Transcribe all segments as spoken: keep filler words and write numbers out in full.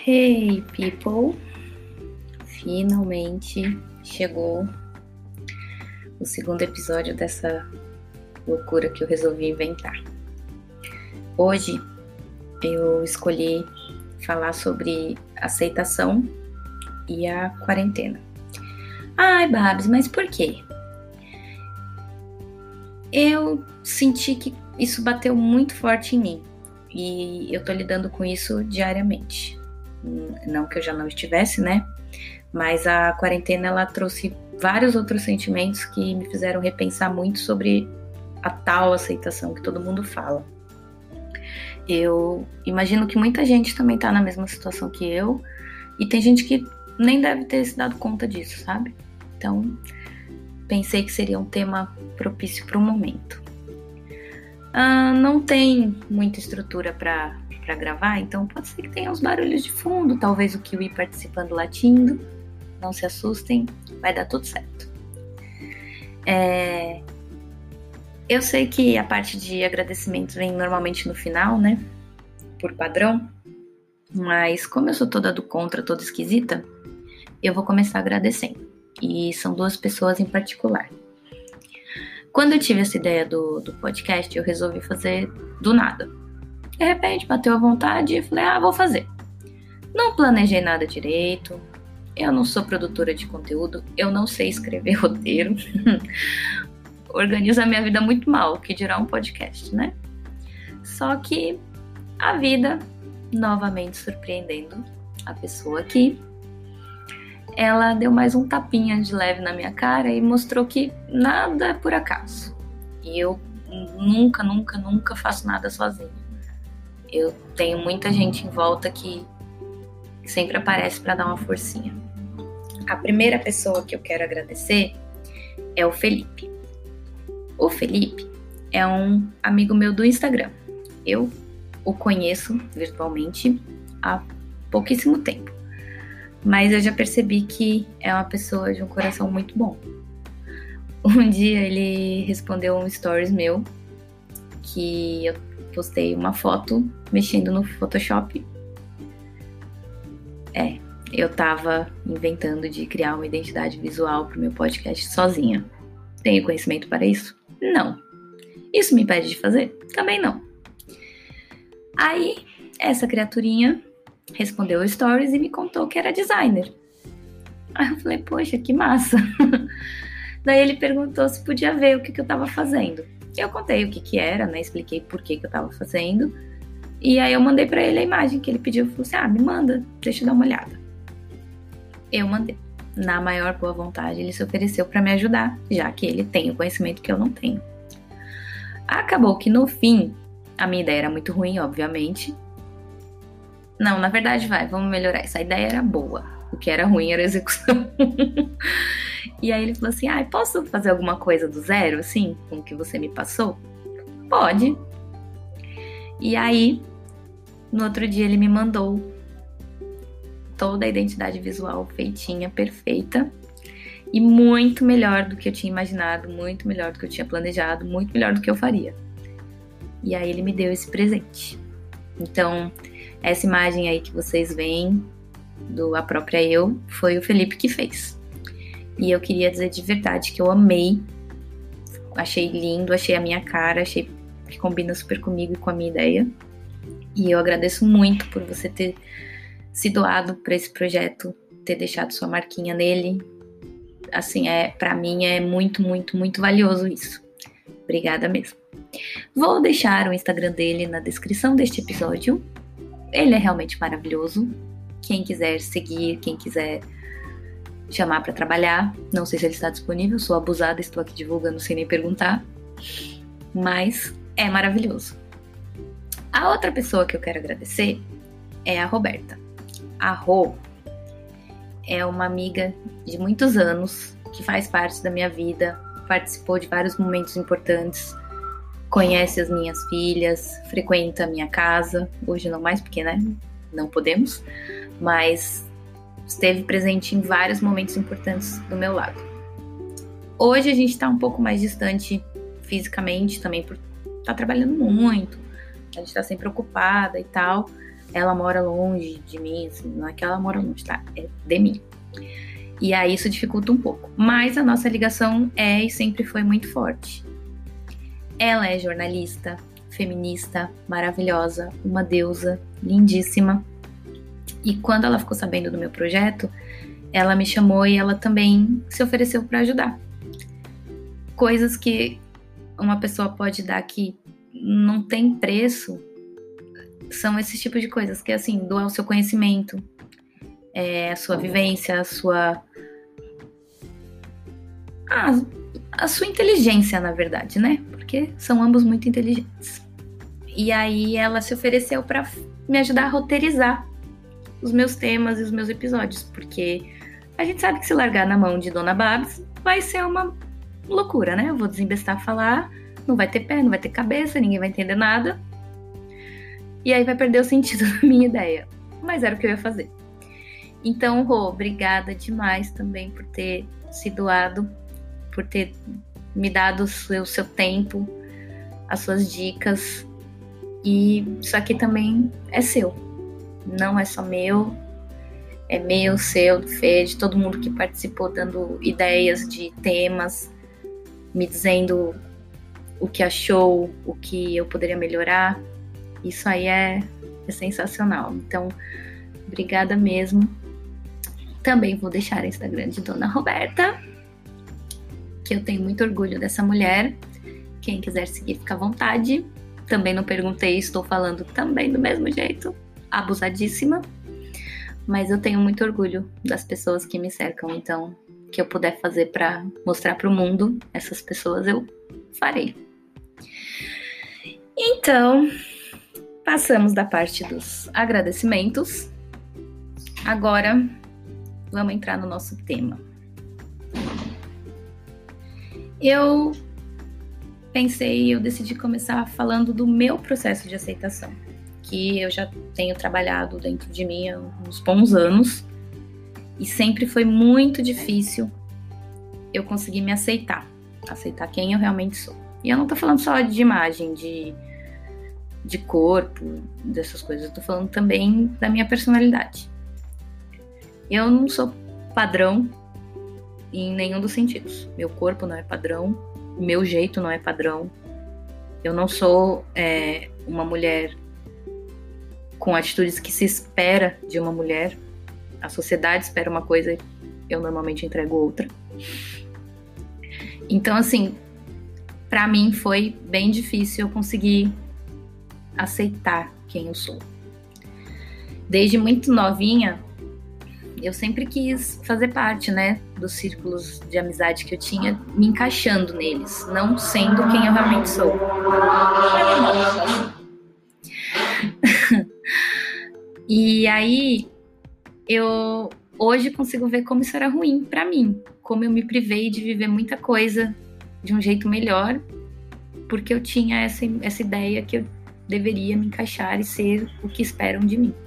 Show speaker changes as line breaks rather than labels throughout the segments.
Hey people, finalmente chegou o segundo episódio dessa loucura que eu resolvi inventar. Hoje eu escolhi falar sobre aceitação e a quarentena. Ai, Babs, mas por quê? Eu senti que isso bateu muito forte em mim e eu tô lidando com isso diariamente. Não que eu já não estivesse, né? Mas a quarentena, ela trouxe vários outros sentimentos que me fizeram repensar muito sobre a tal aceitação que todo mundo fala. Eu imagino que muita gente também tá na mesma situação que eu, e tem gente que nem deve ter se dado conta disso, sabe? Então, pensei que seria um tema propício para o momento. Ah, não tem muita estrutura para para gravar, então pode ser que tenha uns barulhos de fundo, talvez o Kiwi participando latindo. Não se assustem, vai dar tudo certo. É... Eu sei que a parte de agradecimentos vem normalmente no final, né? Por padrão. Mas como eu sou toda do contra, toda esquisita, eu vou começar agradecendo. E são duas pessoas em particular. Quando eu tive essa ideia do, do podcast, eu resolvi fazer do nada. De repente, bateu a vontade e falei, ah, vou fazer. Não planejei nada direito, eu não sou produtora de conteúdo, eu não sei escrever roteiro. Organizo a minha vida muito mal, que dirá um podcast, né? Só que a vida, novamente surpreendendo a pessoa aqui, ela deu mais um tapinha de leve na minha cara e mostrou que nada é por acaso. E eu nunca, nunca, nunca faço nada sozinha. Eu tenho muita gente em volta que sempre aparece para dar uma forcinha. A primeira pessoa que eu quero agradecer é o Felipe. O Felipe é um amigo meu do Instagram. Eu o conheço virtualmente há pouquíssimo tempo. Mas eu já percebi que é uma pessoa de um coração muito bom. Um dia ele respondeu um stories meu que eu postei uma foto mexendo no Photoshop. É, eu tava inventando de criar uma identidade visual pro meu podcast sozinha. Tenho conhecimento para isso? Não. Isso me impede de fazer? Também não. Aí, essa criaturinha respondeu o stories e me contou que era designer. Aí eu falei, poxa, que massa. Daí ele perguntou se podia ver o que, que eu tava fazendo. Eu contei o que que era, né? Expliquei por que que eu tava fazendo. E aí eu mandei pra ele a imagem que ele pediu. Ele falou assim, ah, me manda, deixa eu dar uma olhada. Eu mandei. Na maior boa vontade, ele se ofereceu pra me ajudar, já que ele tem o conhecimento que eu não tenho. Acabou que no fim, a minha ideia era muito ruim, obviamente. Não, na verdade, vai, vamos melhorar isso. A ideia era boa. O que era ruim era a execução. E aí ele falou assim, ah, posso fazer alguma coisa do zero, assim, com o que você me passou? Pode. E aí, no outro dia ele me mandou toda a identidade visual feitinha, perfeita, e muito melhor do que eu tinha imaginado, muito melhor do que eu tinha planejado, muito melhor do que eu faria. E aí ele me deu esse presente. Então, essa imagem aí que vocês veem do A Própria Eu foi o Felipe que fez. E eu queria dizer de verdade que eu amei, achei lindo, achei a minha cara, achei que combina super comigo e com a minha ideia. E eu agradeço muito por você ter se doado para esse projeto, ter deixado sua marquinha nele. Assim, é, para mim é muito, muito, muito valioso isso. Obrigada mesmo. Vou deixar o Instagram dele na descrição deste episódio. Ele é realmente maravilhoso. Quem quiser seguir, quem quiser chamar para trabalhar, não sei se ele está disponível, sou abusada, estou aqui divulgando sem nem perguntar, mas é maravilhoso. A outra pessoa que eu quero agradecer é a Roberta. A Rô é uma amiga de muitos anos, que faz parte da minha vida, participou de vários momentos importantes, conhece as minhas filhas, frequenta a minha casa, hoje não mais porque, né, não podemos, mas esteve presente em vários momentos importantes do meu lado. Hoje a gente está um pouco mais distante fisicamente também, por estar tá trabalhando muito, a gente está sempre ocupada e tal, ela mora longe de mim, assim, não é que ela mora longe, tá? É de mim. E aí isso dificulta um pouco. Mas a nossa ligação é e sempre foi muito forte. Ela é jornalista, feminista, maravilhosa, uma deusa, lindíssima. E quando ela ficou sabendo do meu projeto, ela me chamou e ela também se ofereceu para ajudar. Coisas que uma pessoa pode dar que não tem preço são esses tipos de coisas, que é assim, doar o seu conhecimento, é, a sua vivência, a sua... Ah, a sua inteligência, na verdade, né? Porque são ambos muito inteligentes. E aí ela se ofereceu para me ajudar a roteirizar os meus temas e os meus episódios, porque a gente sabe que se largar na mão de Dona Babs vai ser uma loucura, né? Eu vou desembestar a falar, não vai ter pé, não vai ter cabeça, ninguém vai entender nada. E aí vai perder o sentido da minha ideia. Mas era o que eu ia fazer. Então, Rô, obrigada demais também por ter se doado, por ter me dado o seu, o seu tempo, as suas dicas. E isso aqui também é seu. Não é só meu, é meu, seu, do Fê, de todo mundo que participou, dando ideias de temas, me dizendo o que achou, o que eu poderia melhorar. Isso aí é, é sensacional. Então, obrigada mesmo. Também vou deixar o Instagram de Dona Roberta, que eu tenho muito orgulho dessa mulher. Quem quiser seguir, fica à vontade. Também não perguntei, estou falando também do mesmo jeito. Abusadíssima. Mas eu tenho muito orgulho das pessoas que me cercam. Então, o que eu puder fazer para mostrar para o mundo essas pessoas, eu farei. Então, passamos da parte dos agradecimentos. Agora, vamos entrar no nosso tema. Eu pensei, eu decidi começar falando do meu processo de aceitação, que eu já tenho trabalhado dentro de mim há uns bons anos, e sempre foi muito difícil eu conseguir me aceitar, aceitar quem eu realmente sou. E eu não tô falando só de imagem, de, de corpo, dessas coisas, eu tô falando também da minha personalidade. Eu não sou padrão em nenhum dos sentidos. Meu corpo não é padrão, o meu jeito não é padrão. Eu não sou é, uma mulher com atitudes que se espera de uma mulher. A sociedade espera uma coisa e eu normalmente entrego outra. Então, assim, pra mim foi bem difícil eu conseguir aceitar quem eu sou. Desde muito novinha, eu sempre quis fazer parte, né, dos círculos de amizade que eu tinha, me encaixando neles, não sendo quem eu realmente sou. E aí, eu hoje consigo ver como isso era ruim pra mim, como eu me privei de viver muita coisa de um jeito melhor, porque eu tinha essa, essa ideia que eu deveria me encaixar e ser o que esperam de mim.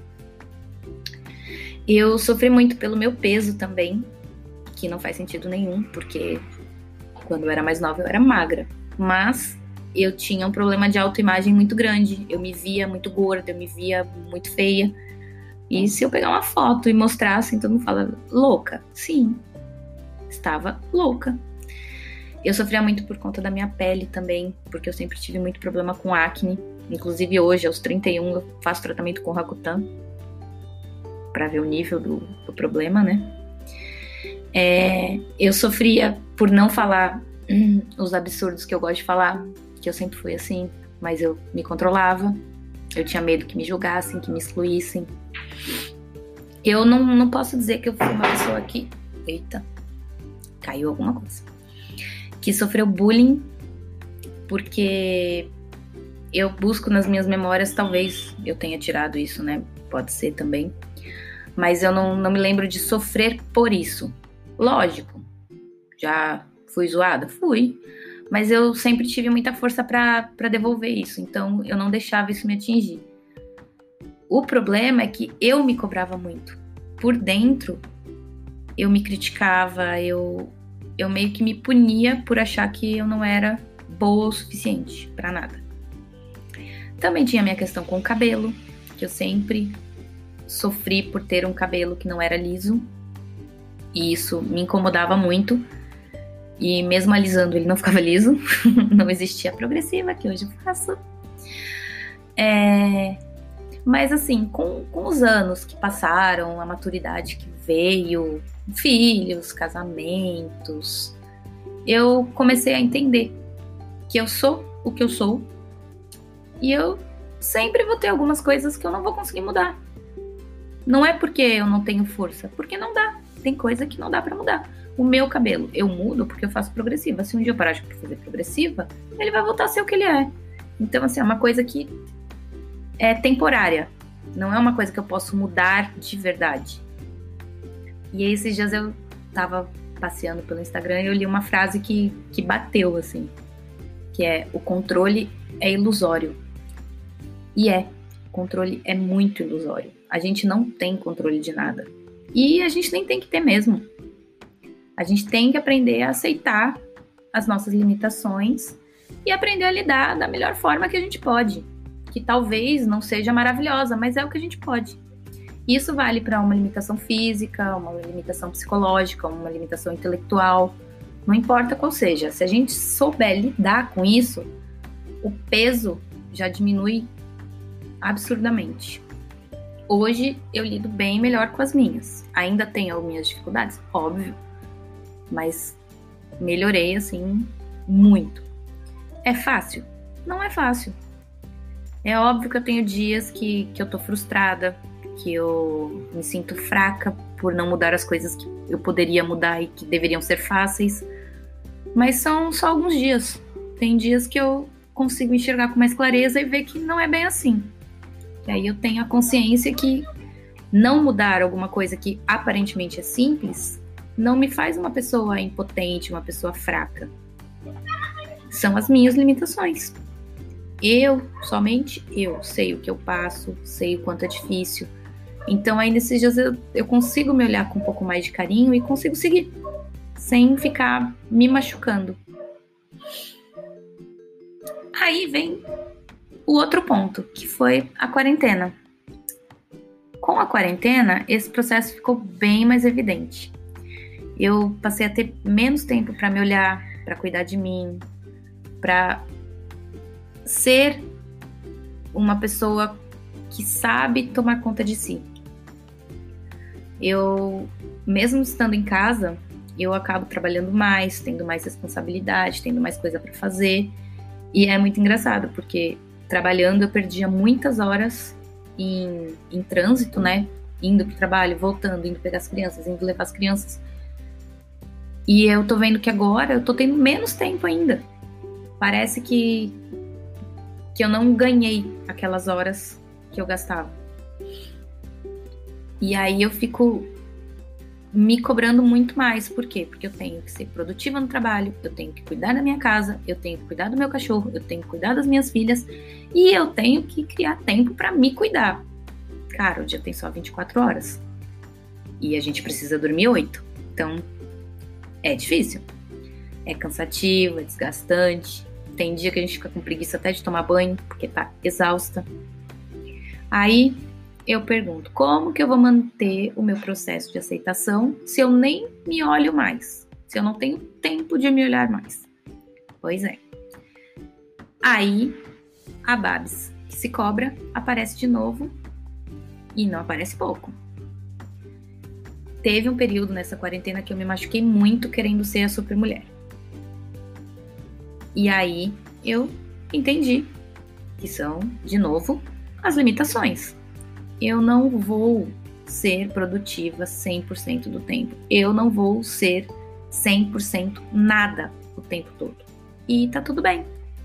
Eu sofri muito pelo meu peso também, que não faz sentido nenhum, porque quando eu era mais nova eu era magra. Mas eu tinha um problema de autoimagem muito grande. Eu me via muito gorda, eu me via muito feia. E se eu pegar uma foto e mostrar, assim, todo mundo fala, louca? Sim, estava louca. Eu sofria muito por conta da minha pele também, porque eu sempre tive muito problema com acne. Inclusive hoje, aos trinta e um, eu faço tratamento com Rakutan, para ver o nível do, do problema, né? É, eu sofria por não falar hum, os absurdos que eu gosto de falar, que eu sempre fui assim, mas eu me controlava. Eu tinha medo que me julgassem, que me excluíssem. Eu não, não posso dizer que eu fui uma pessoa que... Eita, caiu alguma coisa. Que sofreu bullying, porque eu busco nas minhas memórias, talvez eu tenha tirado isso, né? Pode ser também. Mas eu não, não me lembro de sofrer por isso. Lógico, já fui zoada? Fui. Mas eu sempre tive muita força pra, pra devolver isso. Então eu não deixava isso me atingir. O problema é que eu me cobrava muito. Por dentro, eu me criticava, eu, eu meio que me punia por achar que eu não era boa o suficiente pra nada. Também tinha a minha questão com o cabelo, que eu sempre sofri por ter um cabelo que não era liso. E isso me incomodava muito. E mesmo alisando ele não ficava liso. Não existia a progressiva que hoje eu faço. É... Mas assim, com, com os anos que passaram, a maturidade que veio, filhos, casamentos, eu comecei a entender que eu sou o que eu sou. E eu sempre vou ter algumas coisas que eu não vou conseguir mudar. Não é porque eu não tenho força, porque não dá. Tem coisa que não dá pra mudar. O meu cabelo, eu mudo porque eu faço progressiva. Se um dia eu parar de fazer progressiva, ele vai voltar a ser o que ele é. Então, assim, é uma coisa que é temporária. Não é uma coisa que eu posso mudar de verdade. E aí, esses dias eu tava passeando pelo Instagram e eu li uma frase que, que bateu, assim. Que é, o controle é ilusório. E é. O controle é muito ilusório. A gente não tem controle de nada. E a gente nem tem que ter mesmo. A gente tem que aprender a aceitar as nossas limitações e aprender a lidar da melhor forma que a gente pode. Que talvez não seja maravilhosa, mas é o que a gente pode. Isso vale para uma limitação física, uma limitação psicológica, uma limitação intelectual. Não importa qual seja. Se a gente souber lidar com isso, o peso já diminui absurdamente. Hoje eu lido bem melhor com as minhas. Ainda tenho algumas dificuldades, óbvio. Mas melhorei, assim, muito. É fácil? Não é fácil. É óbvio que eu tenho dias que, que eu tô frustrada, que eu me sinto fraca por não mudar as coisas que eu poderia mudar e que deveriam ser fáceis. Mas são só alguns dias. Tem dias que eu consigo enxergar com mais clareza e ver que não é bem assim. E aí eu tenho a consciência que não mudar alguma coisa que aparentemente é simples não me faz uma pessoa impotente, uma pessoa fraca. São as minhas limitações. Eu, somente eu, sei o que eu passo, sei o quanto é difícil. Então aí nesses dias eu, eu consigo me olhar com um pouco mais de carinho e consigo seguir, sem ficar me machucando. Aí vem o outro ponto, que foi a quarentena. Com a quarentena, esse processo ficou bem mais evidente. Eu passei a ter menos tempo para me olhar, para cuidar de mim, para ser uma pessoa que sabe tomar conta de si. Eu, mesmo estando em casa, eu acabo trabalhando mais, tendo mais responsabilidade, tendo mais coisa para fazer. E é muito engraçado, porque trabalhando eu perdia muitas horas em, em trânsito, né? Indo pro trabalho, voltando, indo pegar as crianças, indo levar as crianças. E eu tô vendo que agora eu tô tendo menos tempo ainda. Parece que, que eu não ganhei aquelas horas que eu gastava. E aí eu fico me cobrando muito mais. Por quê? Porque eu tenho que ser produtiva no trabalho, eu tenho que cuidar da minha casa, eu tenho que cuidar do meu cachorro, eu tenho que cuidar das minhas filhas e eu tenho que criar tempo pra me cuidar. Cara, o dia tem só vinte e quatro horas e a gente precisa dormir oito. Então, é difícil. É cansativo, é desgastante. Tem dia que a gente fica com preguiça até de tomar banho, porque tá exausta. Aí eu pergunto, como que eu vou manter o meu processo de aceitação se eu nem me olho mais? Se eu não tenho tempo de me olhar mais? Pois é. Aí a Babs, que se cobra, aparece de novo e não aparece pouco. Teve um período nessa quarentena que eu me machuquei muito querendo ser a supermulher. E aí eu entendi que são, de novo, as limitações. Eu não vou ser produtiva cem por cento do tempo. Eu não vou ser cem por cento nada o tempo todo. E tá tudo bem.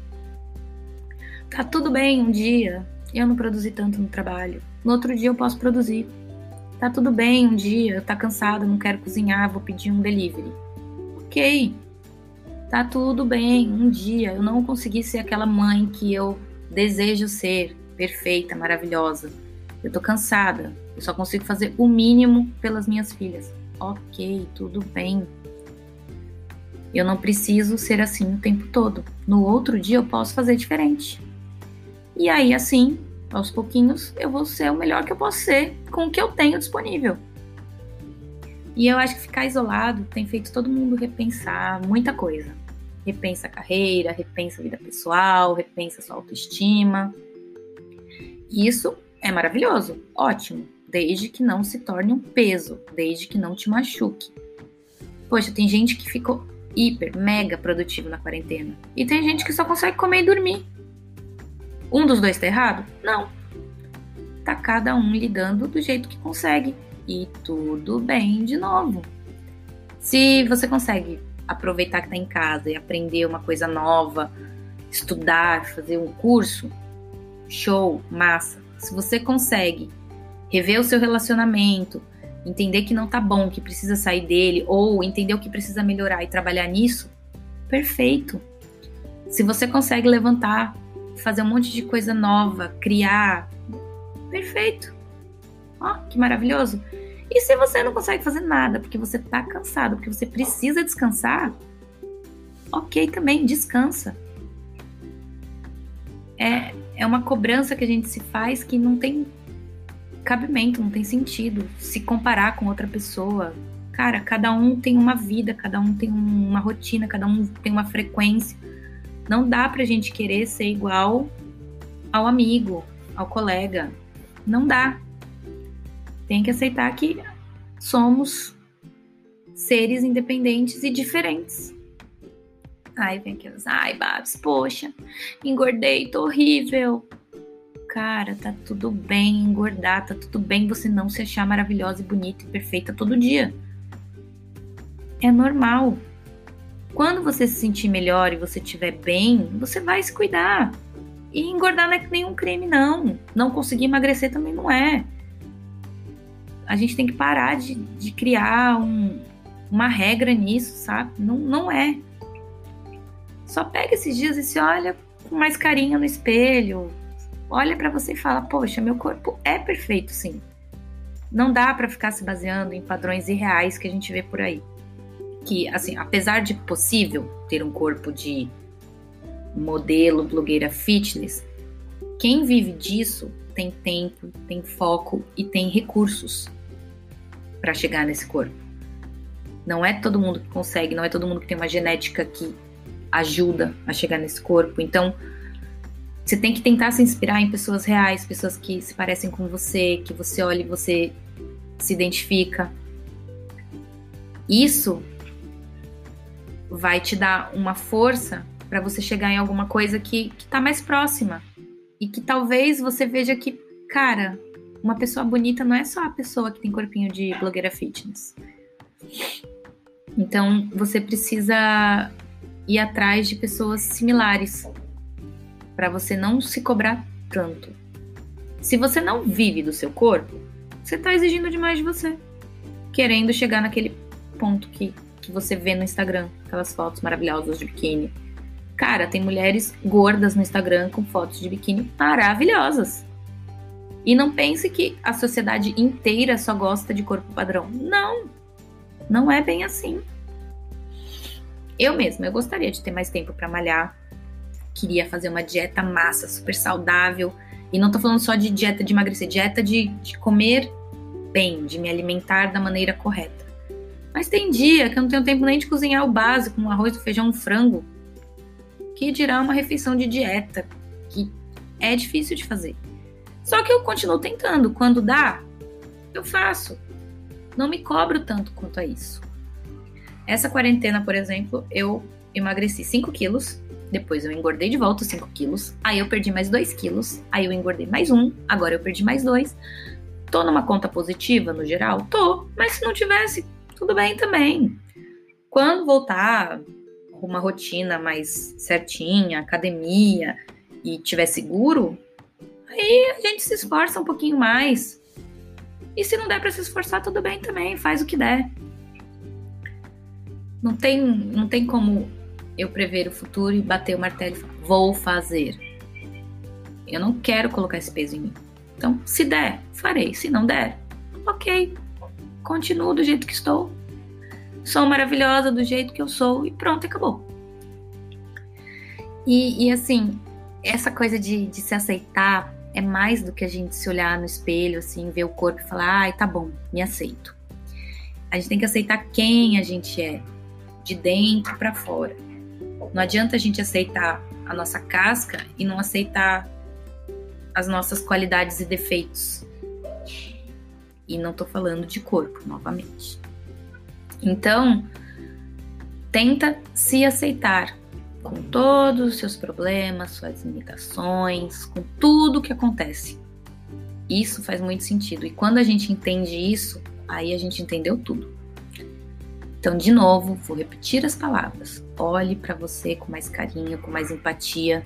Tá tudo bem um dia eu não produzir tanto no trabalho. No outro dia eu posso produzir. Tá tudo bem um dia eu tá cansado, não quero cozinhar, vou pedir um delivery. Ok. Tá tudo bem um dia eu não consegui ser aquela mãe que eu desejo ser, perfeita, maravilhosa. Eu tô cansada, eu só consigo fazer o mínimo pelas minhas filhas. Ok, tudo bem. Eu não preciso ser assim o tempo todo. No outro dia eu posso fazer diferente. E aí assim, Aos pouquinhos, eu vou ser o melhor que eu posso ser com o que eu tenho disponível. E eu acho que ficar isolado tem feito todo mundo repensar muita coisa. Repensa a carreira, repensa a vida pessoal, repensa a sua autoestima. Isso é maravilhoso, ótimo, desde que não se torne um peso, desde que não te machuque. Poxa, tem gente que ficou hiper, mega produtivo na quarentena. E tem gente que só consegue comer e dormir. Um dos dois tá errado? Não. Tá cada um lidando do jeito que consegue. E tudo bem de novo. Se você consegue aproveitar que tá em casa e aprender uma coisa nova, estudar, fazer um curso, show, massa. Se você consegue rever o seu relacionamento, entender que não tá bom, que precisa sair dele, ou entender o que precisa melhorar e trabalhar nisso, perfeito. Se você consegue levantar, fazer um monte de coisa nova, criar, perfeito. Ó, que maravilhoso. E se você não consegue fazer nada, porque você tá cansado, porque você precisa descansar, ok também, descansa. É, é uma cobrança que a gente se faz que não tem cabimento, não tem sentido se comparar com outra pessoa. Cara, cada um tem uma vida, cada um tem uma rotina, cada um tem uma frequência. Não dá pra gente querer ser igual ao amigo, ao colega. Não dá. Tem que aceitar que somos seres independentes e diferentes. Ai, vem aquelas, ai, Babs, poxa, engordei, tô horrível. Cara, tá tudo bem engordar, tá tudo bem você não se achar maravilhosa e bonita e perfeita todo dia. É normal. Quando você se sentir melhor e você estiver bem, você vai se cuidar. E engordar não é nenhum crime, não. Não conseguir emagrecer também não é. A gente tem que parar de, de criar um, uma regra nisso, sabe? Não, não é. Só pega esses dias e se olha com mais carinho no espelho. Olha pra você e fala, poxa, meu corpo é perfeito, sim. Não dá pra ficar se baseando em padrões irreais que a gente vê por aí. Que, assim, apesar de possível ter um corpo de modelo, blogueira fitness, quem vive disso tem tempo, tem foco e tem recursos para chegar nesse corpo. Não é todo mundo que consegue, não é todo mundo que tem uma genética que ajuda a chegar nesse corpo. Então, você tem que tentar se inspirar em pessoas reais, pessoas que se parecem com você, que você olha e você se identifica. Isso vai te dar uma força para você chegar em alguma coisa que, que tá mais próxima. E que talvez você veja que, cara, uma pessoa bonita não é só a pessoa que tem corpinho de blogueira fitness. Então, você precisa ir atrás de pessoas similares para você não se cobrar tanto. Se você não vive do seu corpo, você tá exigindo demais de você. Querendo chegar naquele ponto que, que você vê no Instagram, aquelas fotos maravilhosas de biquíni. Cara, tem mulheres gordas no Instagram com fotos de biquíni maravilhosas. E não pense que a sociedade inteira só gosta de corpo padrão. Não, não é bem assim. Eu mesma, eu gostaria de ter mais tempo para malhar. Queria fazer uma dieta massa, super saudável. E não tô falando só de dieta de emagrecer, dieta de, de comer bem, de me alimentar da maneira correta. Mas tem dia que eu não tenho tempo nem de cozinhar o básico, um arroz, um feijão, um frango. Que dirá uma refeição de dieta, que é difícil de fazer. Só que eu continuo tentando. Quando dá, eu faço. Não me cobro tanto quanto a isso. Essa quarentena, por exemplo, eu emagreci cinco quilos. Depois eu engordei de volta cinco quilos. Aí eu perdi mais dois quilos. Aí eu engordei mais um. Agora eu perdi mais dois. Tô numa conta positiva no geral? Tô. Mas se não tivesse, tudo bem também. Quando voltar uma rotina mais certinha, academia, e tiver seguro, aí a gente se esforça um pouquinho mais. E se não der pra se esforçar, tudo bem também, faz o que der. Não tem, não tem como eu prever o futuro e bater o martelo e falar, vou fazer. Eu não quero colocar esse peso em mim. Então, se der, farei. Se não der, ok. Continuo do jeito que estou. Sou maravilhosa do jeito que eu sou e pronto, acabou. E, e assim, essa coisa de, de se aceitar é mais do que a gente se olhar no espelho, assim, ver o corpo e falar, ai, tá bom, me aceito. A gente tem que aceitar quem a gente é, de dentro pra fora. Não adianta a gente aceitar a nossa casca e não aceitar as nossas qualidades e defeitos. E não tô falando de corpo, novamente. Então, tenta se aceitar com todos os seus problemas, suas limitações, com tudo que acontece. Isso faz muito sentido. E quando a gente entende isso, aí a gente entendeu tudo. Então, de novo, vou repetir as palavras. Olhe para você com mais carinho, com mais empatia.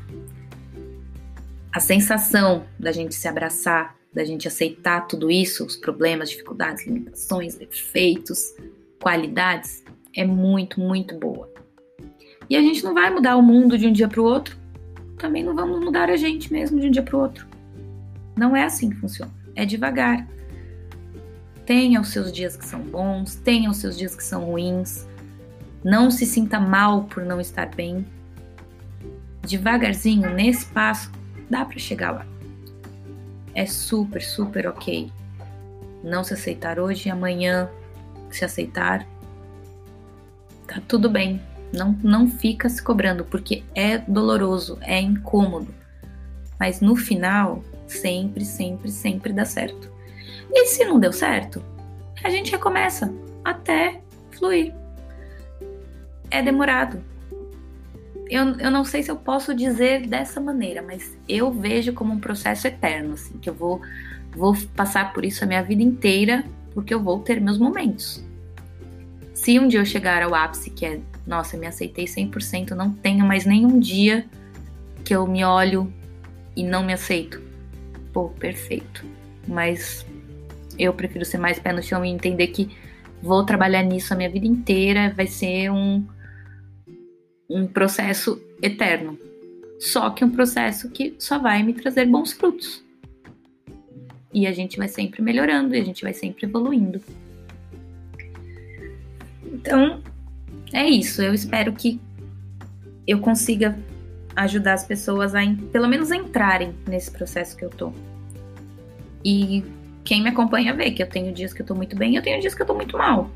A sensação da gente se abraçar, da gente aceitar tudo isso, os problemas, dificuldades, limitações, defeitos, qualidades, é muito, muito boa. E a gente não vai mudar o mundo de um dia para o outro, também não vamos mudar a gente mesmo de um dia para o outro. Não é assim que funciona, é devagar. Tenha os seus dias que são bons, tenha os seus dias que são ruins, não se sinta mal por não estar bem. Devagarzinho, nesse passo, dá para chegar lá. É super, super ok. Não se aceitar hoje e amanhã se aceitar, tá tudo bem. Não, não fica se cobrando, porque é doloroso, é incômodo. Mas no final, sempre, sempre, sempre dá certo. E se não deu certo, a gente recomeça até fluir. É demorado. Eu, eu não sei se eu posso dizer dessa maneira, mas eu vejo como um processo eterno, assim, que eu vou, vou passar por isso a minha vida inteira, porque eu vou ter meus momentos. Se um dia eu chegar ao ápice, que é, nossa, me aceitei cem por cento, não tenho mais nenhum dia que eu me olho e não me aceito. Pô, perfeito. Mas eu prefiro ser mais pé no chão e entender que vou trabalhar nisso a minha vida inteira, vai ser um, um processo eterno. Só que um processo que só vai me trazer bons frutos. E a gente vai sempre melhorando, e a gente vai sempre evoluindo. Então, é isso. Eu espero que eu consiga ajudar as pessoas a, pelo menos, a entrarem nesse processo que eu tô. E quem me acompanha vê que eu tenho dias que eu tô muito bem, eu tenho dias que eu tô muito mal.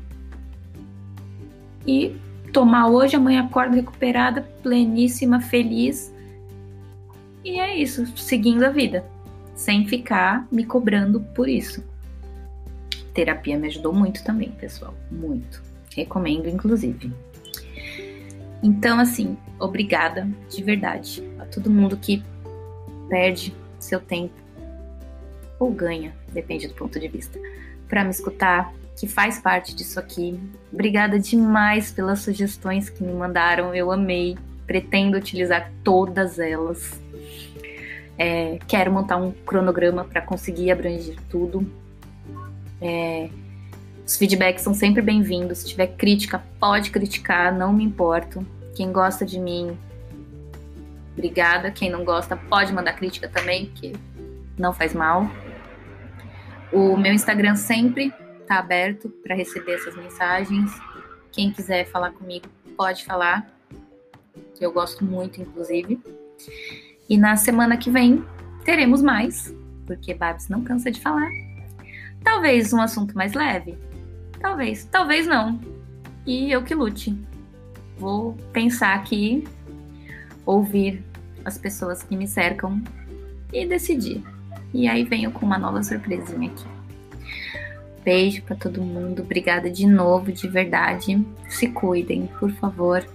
E tô mal hoje, amanhã acordo recuperada, pleníssima, feliz. E é isso, seguindo a vida, sem ficar me cobrando por isso. Terapia me ajudou muito também, pessoal, muito. Recomendo, inclusive. Então, assim, obrigada de verdade a todo mundo que perde seu tempo ou ganha, depende do ponto de vista, para me escutar, que faz parte disso aqui. Obrigada demais pelas sugestões que me mandaram, eu amei, pretendo utilizar todas elas. É, quero montar um cronograma para conseguir abranger tudo. É, os feedbacks são sempre bem-vindos. Se tiver crítica, pode criticar, não me importo. Quem gosta de mim, obrigada. Quem não gosta, pode mandar crítica também, que não faz mal. O meu Instagram sempre está aberto para receber essas mensagens. Quem quiser falar comigo, pode falar, que eu gosto muito, inclusive. E na semana que vem teremos mais, porque Babs não cansa de falar. Talvez um assunto mais leve, talvez, talvez não. E eu que lute. Vou pensar aqui, ouvir as pessoas que me cercam e decidir. E aí venho com uma nova surpresinha aqui. Beijo pra todo mundo. Obrigada de novo, de verdade. Se cuidem, por favor.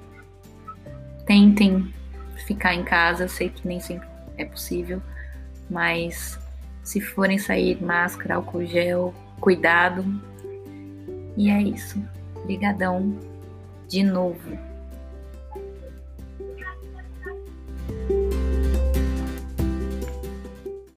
Tentem ficar em casa. Eu sei que nem sempre é possível. Mas se forem sair, máscara, álcool gel, cuidado. E é isso. Obrigadão de novo.